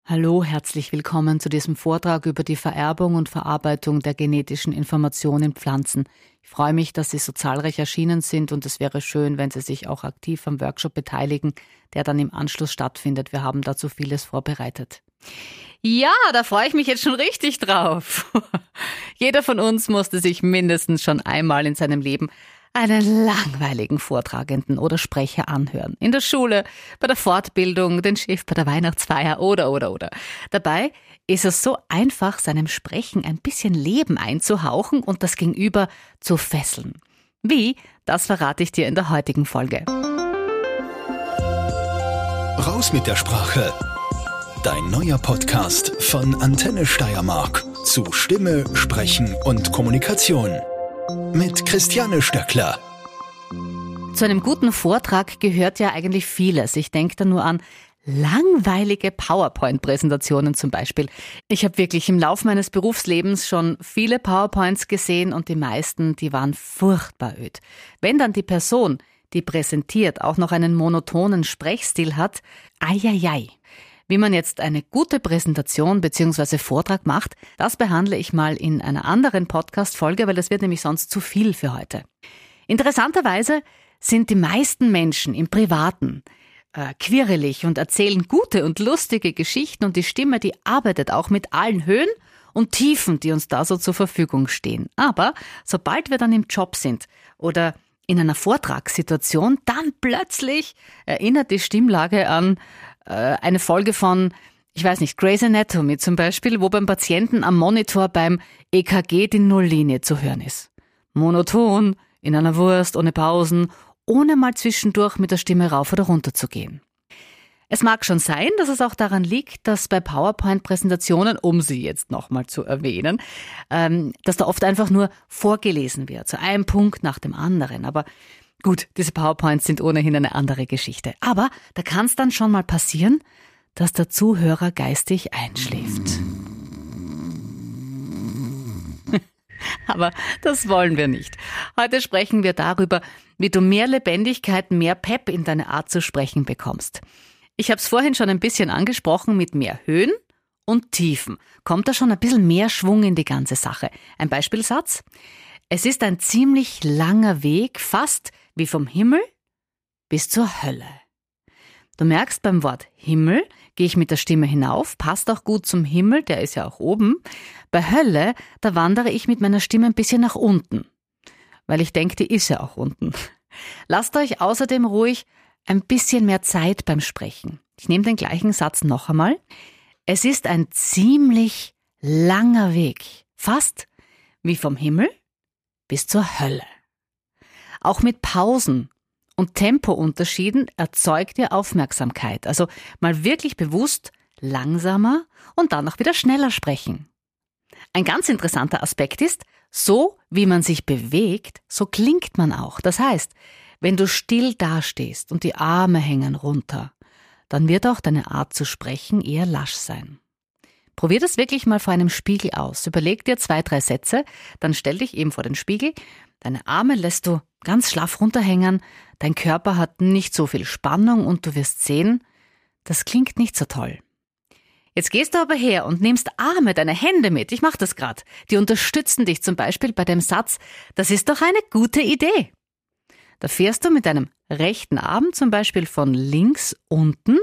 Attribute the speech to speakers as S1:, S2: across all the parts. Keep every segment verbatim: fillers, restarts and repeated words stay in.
S1: Hallo, herzlich willkommen zu diesem Vortrag über die Vererbung und Verarbeitung der genetischen Informationen in Pflanzen. Ich freue mich, dass Sie so zahlreich erschienen sind und es wäre schön, wenn Sie sich auch aktiv am Workshop beteiligen, der dann im Anschluss stattfindet. Wir haben dazu vieles vorbereitet. Ja, da freue ich mich jetzt schon richtig drauf. Jeder von uns musste sich mindestens schon einmal in seinem Leben einen langweiligen Vortragenden oder Sprecher anhören. In der Schule, bei der Fortbildung, den Chef bei der Weihnachtsfeier oder, oder, oder. Dabei ist es so einfach, seinem Sprechen ein bisschen Leben einzuhauchen und das Gegenüber zu fesseln. Wie? Das verrate ich dir in der heutigen Folge.
S2: Raus mit der Sprache. Dein neuer Podcast von Antenne Steiermark zu Stimme, Sprechen und Kommunikation. Mit Christiane Stöckler.
S1: Zu einem guten Vortrag gehört ja eigentlich vieles. Ich denke da nur an langweilige PowerPoint-Präsentationen zum Beispiel. Ich habe wirklich im Laufe meines Berufslebens schon viele PowerPoints gesehen und die meisten, die waren furchtbar öd. Wenn dann die Person, die präsentiert, auch noch einen monotonen Sprechstil hat, eieiei. Wie man jetzt eine gute Präsentation bzw. Vortrag macht, das behandle ich mal in einer anderen Podcast-Folge, weil das wird nämlich sonst zu viel für heute. Interessanterweise sind die meisten Menschen im Privaten äh, quirlig und erzählen gute und lustige Geschichten und die Stimme, die arbeitet auch mit allen Höhen und Tiefen, die uns da so zur Verfügung stehen. Aber sobald wir dann im Job sind oder in einer Vortragssituation, dann plötzlich erinnert die Stimmlage an eine Folge von, ich weiß nicht, Grey's Anatomy zum Beispiel, wo beim Patienten am Monitor beim E K G die Nulllinie zu hören ist. Monoton, in einer Wurst, ohne Pausen, ohne mal zwischendurch mit der Stimme rauf oder runter zu gehen. Es mag schon sein, dass es auch daran liegt, dass bei PowerPoint-Präsentationen, um sie jetzt nochmal zu erwähnen, ähm, dass da oft einfach nur vorgelesen wird, so ein Punkt nach dem anderen. Aber gut, diese PowerPoints sind ohnehin eine andere Geschichte. Aber da kann es dann schon mal passieren, dass der Zuhörer geistig einschläft. Aber das wollen wir nicht. Heute sprechen wir darüber, wie du mehr Lebendigkeit, mehr Pep in deine Art zu sprechen bekommst. Ich habe es vorhin schon ein bisschen angesprochen mit mehr Höhen und Tiefen. Kommt da schon ein bisschen mehr Schwung in die ganze Sache. Ein Beispielsatz. Es ist ein ziemlich langer Weg, fast wie vom Himmel bis zur Hölle. Du merkst, beim Wort Himmel gehe ich mit der Stimme hinauf, passt auch gut zum Himmel, der ist ja auch oben. Bei Hölle, da wandere ich mit meiner Stimme ein bisschen nach unten, weil ich denke, die ist ja auch unten. Lasst euch außerdem ruhig ein bisschen mehr Zeit beim Sprechen. Ich nehme den gleichen Satz noch einmal. Es ist ein ziemlich langer Weg, fast wie vom Himmel bis zur Hölle. Auch mit Pausen und Tempounterschieden erzeugt ihr Aufmerksamkeit. Also mal wirklich bewusst langsamer und dann auch wieder schneller sprechen. Ein ganz interessanter Aspekt ist, so wie man sich bewegt, so klingt man auch. Das heißt, wenn du still dastehst und die Arme hängen runter, dann wird auch deine Art zu sprechen eher lasch sein. Probier das wirklich mal vor einem Spiegel aus. Überleg dir zwei, drei Sätze, dann stell dich eben vor den Spiegel. Deine Arme lässt du ganz schlaff runterhängen, dein Körper hat nicht so viel Spannung und du wirst sehen, das klingt nicht so toll. Jetzt gehst du aber her und nimmst Arme, deine Hände mit, ich mache das gerade. Die unterstützen dich zum Beispiel bei dem Satz, das ist doch eine gute Idee. Da fährst du mit deinem rechten Arm zum Beispiel von links unten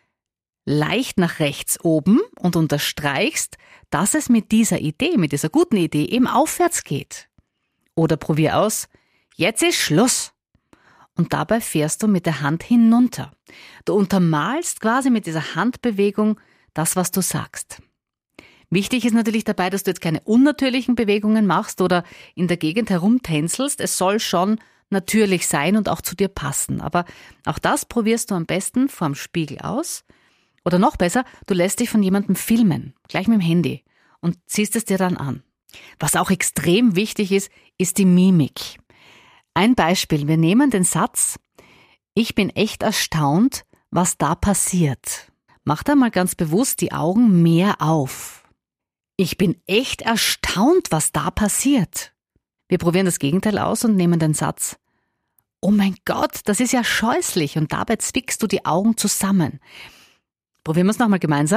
S1: leicht nach rechts oben und unterstreichst, dass es mit dieser Idee, mit dieser guten Idee eben aufwärts geht. Oder probier aus, jetzt ist Schluss. Und dabei fährst du mit der Hand hinunter. Du untermalst quasi mit dieser Handbewegung das, was du sagst. Wichtig ist natürlich dabei, dass du jetzt keine unnatürlichen Bewegungen machst oder in der Gegend herumtänzelst. Es soll schon natürlich sein und auch zu dir passen. Aber auch das probierst du am besten vorm Spiegel aus. Oder noch besser, du lässt dich von jemandem filmen, gleich mit dem Handy, und ziehst es dir dann an. Was auch extrem wichtig ist, ist die Mimik. Ein Beispiel, wir nehmen den Satz, ich bin echt erstaunt, was da passiert. Mach da mal ganz bewusst die Augen mehr auf. Ich bin echt erstaunt, was da passiert. Wir probieren das Gegenteil aus und nehmen den Satz, oh mein Gott, das ist ja scheußlich, und dabei zwickst du die Augen zusammen. Probieren wir es nochmal gemeinsam.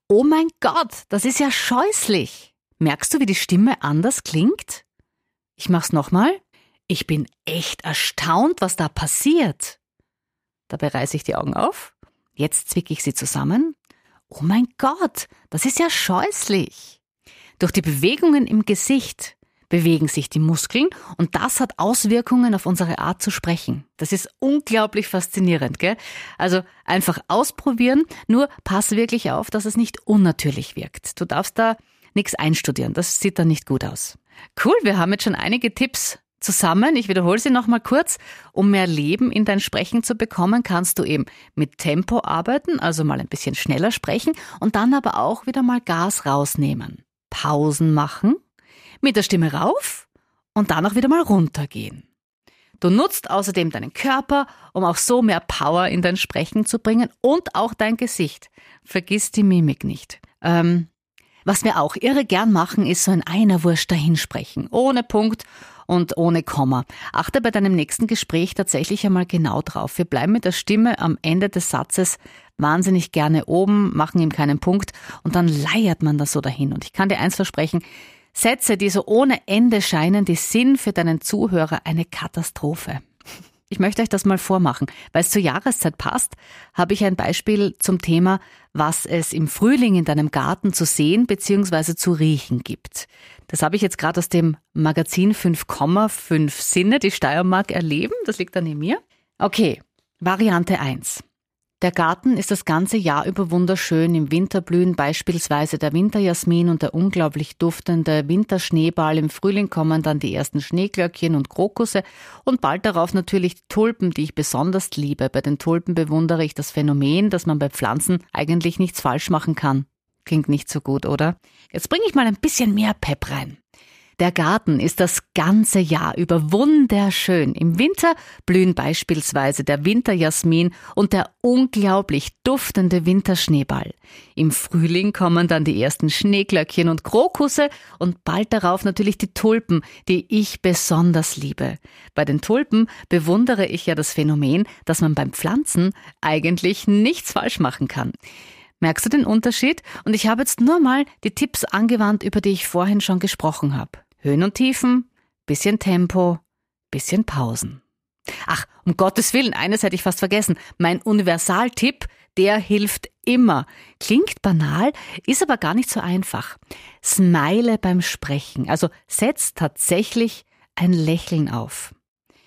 S1: Oh mein Gott, das ist ja scheußlich. Merkst du, wie die Stimme anders klingt? Ich mach's nochmal. Ich bin echt erstaunt, was da passiert. Dabei reiße ich die Augen auf. Jetzt zwicke ich sie zusammen. Oh mein Gott, das ist ja scheußlich. Durch die Bewegungen im Gesicht bewegen sich die Muskeln und das hat Auswirkungen auf unsere Art zu sprechen. Das ist unglaublich faszinierend, gell? Also einfach ausprobieren, nur pass wirklich auf, dass es nicht unnatürlich wirkt. Du darfst da nichts einstudieren, das sieht dann nicht gut aus. Cool, wir haben jetzt schon einige Tipps zusammen. Ich wiederhole sie nochmal kurz. Um mehr Leben in dein Sprechen zu bekommen, kannst du eben mit Tempo arbeiten, also mal ein bisschen schneller sprechen und dann aber auch wieder mal Gas rausnehmen. Pausen machen, mit der Stimme rauf und dann auch wieder mal runtergehen. Du nutzt außerdem deinen Körper, um auch so mehr Power in dein Sprechen zu bringen und auch dein Gesicht. Vergiss die Mimik nicht. Ähm, was wir auch irre gern machen, ist so in einer Wurst dahinsprechen, ohne Punkt und ohne Komma. Achte bei deinem nächsten Gespräch tatsächlich einmal genau drauf. Wir bleiben mit der Stimme am Ende des Satzes wahnsinnig gerne oben, machen ihm keinen Punkt und dann leiert man das so dahin. Und ich kann dir eins versprechen, Sätze, die so ohne Ende scheinen, die sind für deinen Zuhörer eine Katastrophe. Ich möchte euch das mal vormachen. Weil es zur Jahreszeit passt, habe ich ein Beispiel zum Thema, was es im Frühling in deinem Garten zu sehen bzw. zu riechen gibt. Das habe ich jetzt gerade aus dem Magazin fünf Komma fünf Sinne, die Steiermark erleben. Das liegt dann in mir. Okay, Variante eins. Der Garten ist das ganze Jahr über wunderschön. Im Winter blühen beispielsweise der Winterjasmin und der unglaublich duftende Winterschneeball. Im Frühling kommen dann die ersten Schneeglöckchen und Krokusse und bald darauf natürlich die Tulpen, die ich besonders liebe. Bei den Tulpen bewundere ich das Phänomen, dass man bei Pflanzen eigentlich nichts falsch machen kann. Klingt nicht so gut, oder? Jetzt bringe ich mal ein bisschen mehr Pep rein. Der Garten ist das ganze Jahr über wunderschön. Im Winter blühen beispielsweise der Winterjasmin und der unglaublich duftende Winterschneeball. Im Frühling kommen dann die ersten Schneeglöckchen und Krokusse und bald darauf natürlich die Tulpen, die ich besonders liebe. Bei den Tulpen bewundere ich ja das Phänomen, dass man beim Pflanzen eigentlich nichts falsch machen kann. Merkst du den Unterschied? Und ich habe jetzt nur mal die Tipps angewandt, über die ich vorhin schon gesprochen habe. Höhen und Tiefen, bisschen Tempo, bisschen Pausen. Ach, um Gottes Willen, eines hätte ich fast vergessen. Mein Universaltipp, der hilft immer. Klingt banal, ist aber gar nicht so einfach. Smile beim Sprechen, also setz tatsächlich ein Lächeln auf.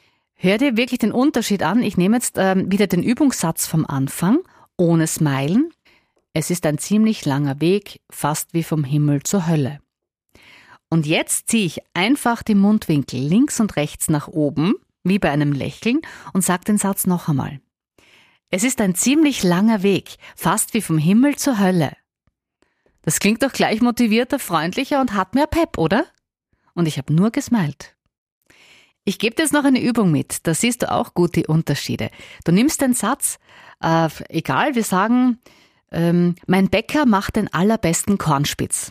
S1: Hör dir wirklich den Unterschied an. Ich nehme jetzt ähm, wieder den Übungssatz vom Anfang, ohne Smilen. Es ist ein ziemlich langer Weg, fast wie vom Himmel zur Hölle. Und jetzt ziehe ich einfach die Mundwinkel links und rechts nach oben, wie bei einem Lächeln, und sage den Satz noch einmal. Es ist ein ziemlich langer Weg, fast wie vom Himmel zur Hölle. Das klingt doch gleich motivierter, freundlicher und hat mehr Pep, oder? Und ich habe nur gesmiled. Ich gebe dir jetzt noch eine Übung mit, da siehst du auch gut die Unterschiede. Du nimmst den Satz, äh, egal, wir sagen, ähm, mein Bäcker macht den allerbesten Kornspitz.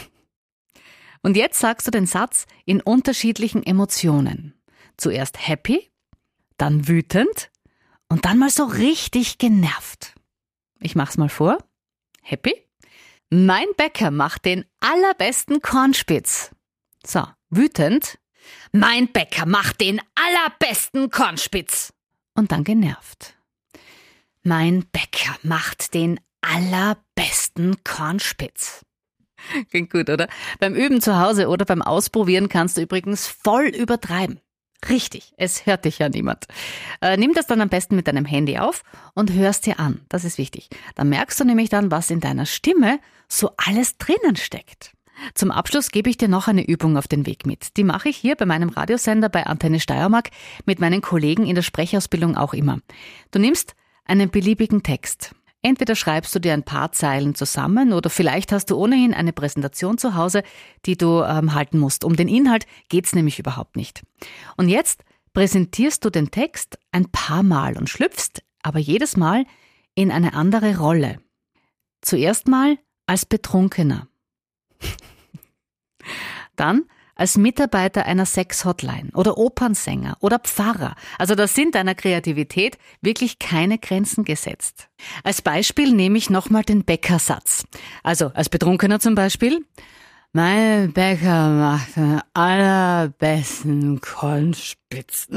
S1: Und jetzt sagst du den Satz in unterschiedlichen Emotionen. Zuerst happy, dann wütend und dann mal so richtig genervt. Ich mach's mal vor. Happy. Mein Bäcker macht den allerbesten Kornspitz. So, wütend. Mein Bäcker macht den allerbesten Kornspitz. Und dann genervt. Mein Bäcker macht den allerbesten Kornspitz. Klingt gut, oder? Beim Üben zu Hause oder beim Ausprobieren kannst du übrigens voll übertreiben. Richtig, es hört dich ja niemand. Äh, nimm das dann am besten mit deinem Handy auf und hörst dir an. Das ist wichtig. Dann merkst du nämlich dann, was in deiner Stimme so alles drinnen steckt. Zum Abschluss gebe ich dir noch eine Übung auf den Weg mit. Die mache ich hier bei meinem Radiosender bei Antenne Steiermark mit meinen Kollegen in der Sprechausbildung auch immer. Du nimmst einen beliebigen Text. Entweder schreibst du dir ein paar Zeilen zusammen oder vielleicht hast du ohnehin eine Präsentation zu Hause, die du ähm, halten musst. Um den Inhalt geht's nämlich überhaupt nicht. Und jetzt präsentierst du den Text ein paar Mal und schlüpfst aber jedes Mal in eine andere Rolle. Zuerst mal als Betrunkener. Dann als Mitarbeiter einer Sex-Hotline oder Opernsänger oder Pfarrer. Also da sind deiner Kreativität wirklich keine Grenzen gesetzt. Als Beispiel nehme ich nochmal den Bäckersatz. Also als Betrunkener zum Beispiel: Mein Bäcker macht den allerbesten Kornspitzen.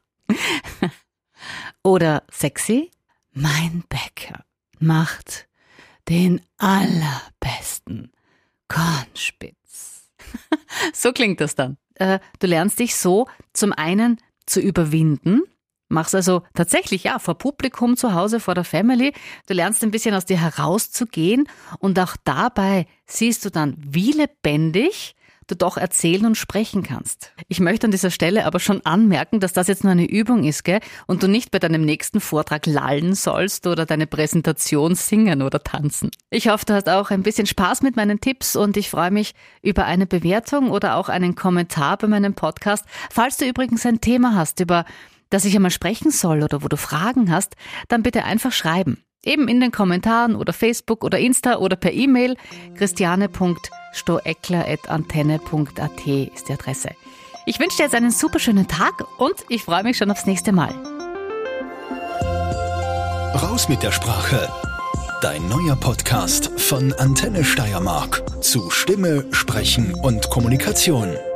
S1: Oder sexy: Mein Bäcker macht den allerbesten Kornspitz. So klingt das dann. Äh, du lernst dich so zum einen zu überwinden, machst also tatsächlich ja vor Publikum zu Hause, vor der Family. Du lernst ein bisschen aus dir herauszugehen und auch dabei siehst du dann, wie lebendig du doch erzählen und sprechen kannst. Ich möchte an dieser Stelle aber schon anmerken, dass das jetzt nur eine Übung ist, gell? Und du nicht bei deinem nächsten Vortrag lallen sollst oder deine Präsentation singen oder tanzen. Ich hoffe, du hast auch ein bisschen Spaß mit meinen Tipps und ich freue mich über eine Bewertung oder auch einen Kommentar bei meinem Podcast. Falls du übrigens ein Thema hast, über das ich einmal sprechen soll oder wo du Fragen hast, dann bitte einfach schreiben. Eben in den Kommentaren oder Facebook oder Insta oder per E-Mail. christiane punkt stoeckler at antenne punkt a t ist die Adresse. Ich wünsche dir jetzt einen super schönen Tag und ich freue mich schon aufs nächste Mal.
S2: Raus mit der Sprache. Dein neuer Podcast von Antenne Steiermark zu Stimme, Sprechen und Kommunikation.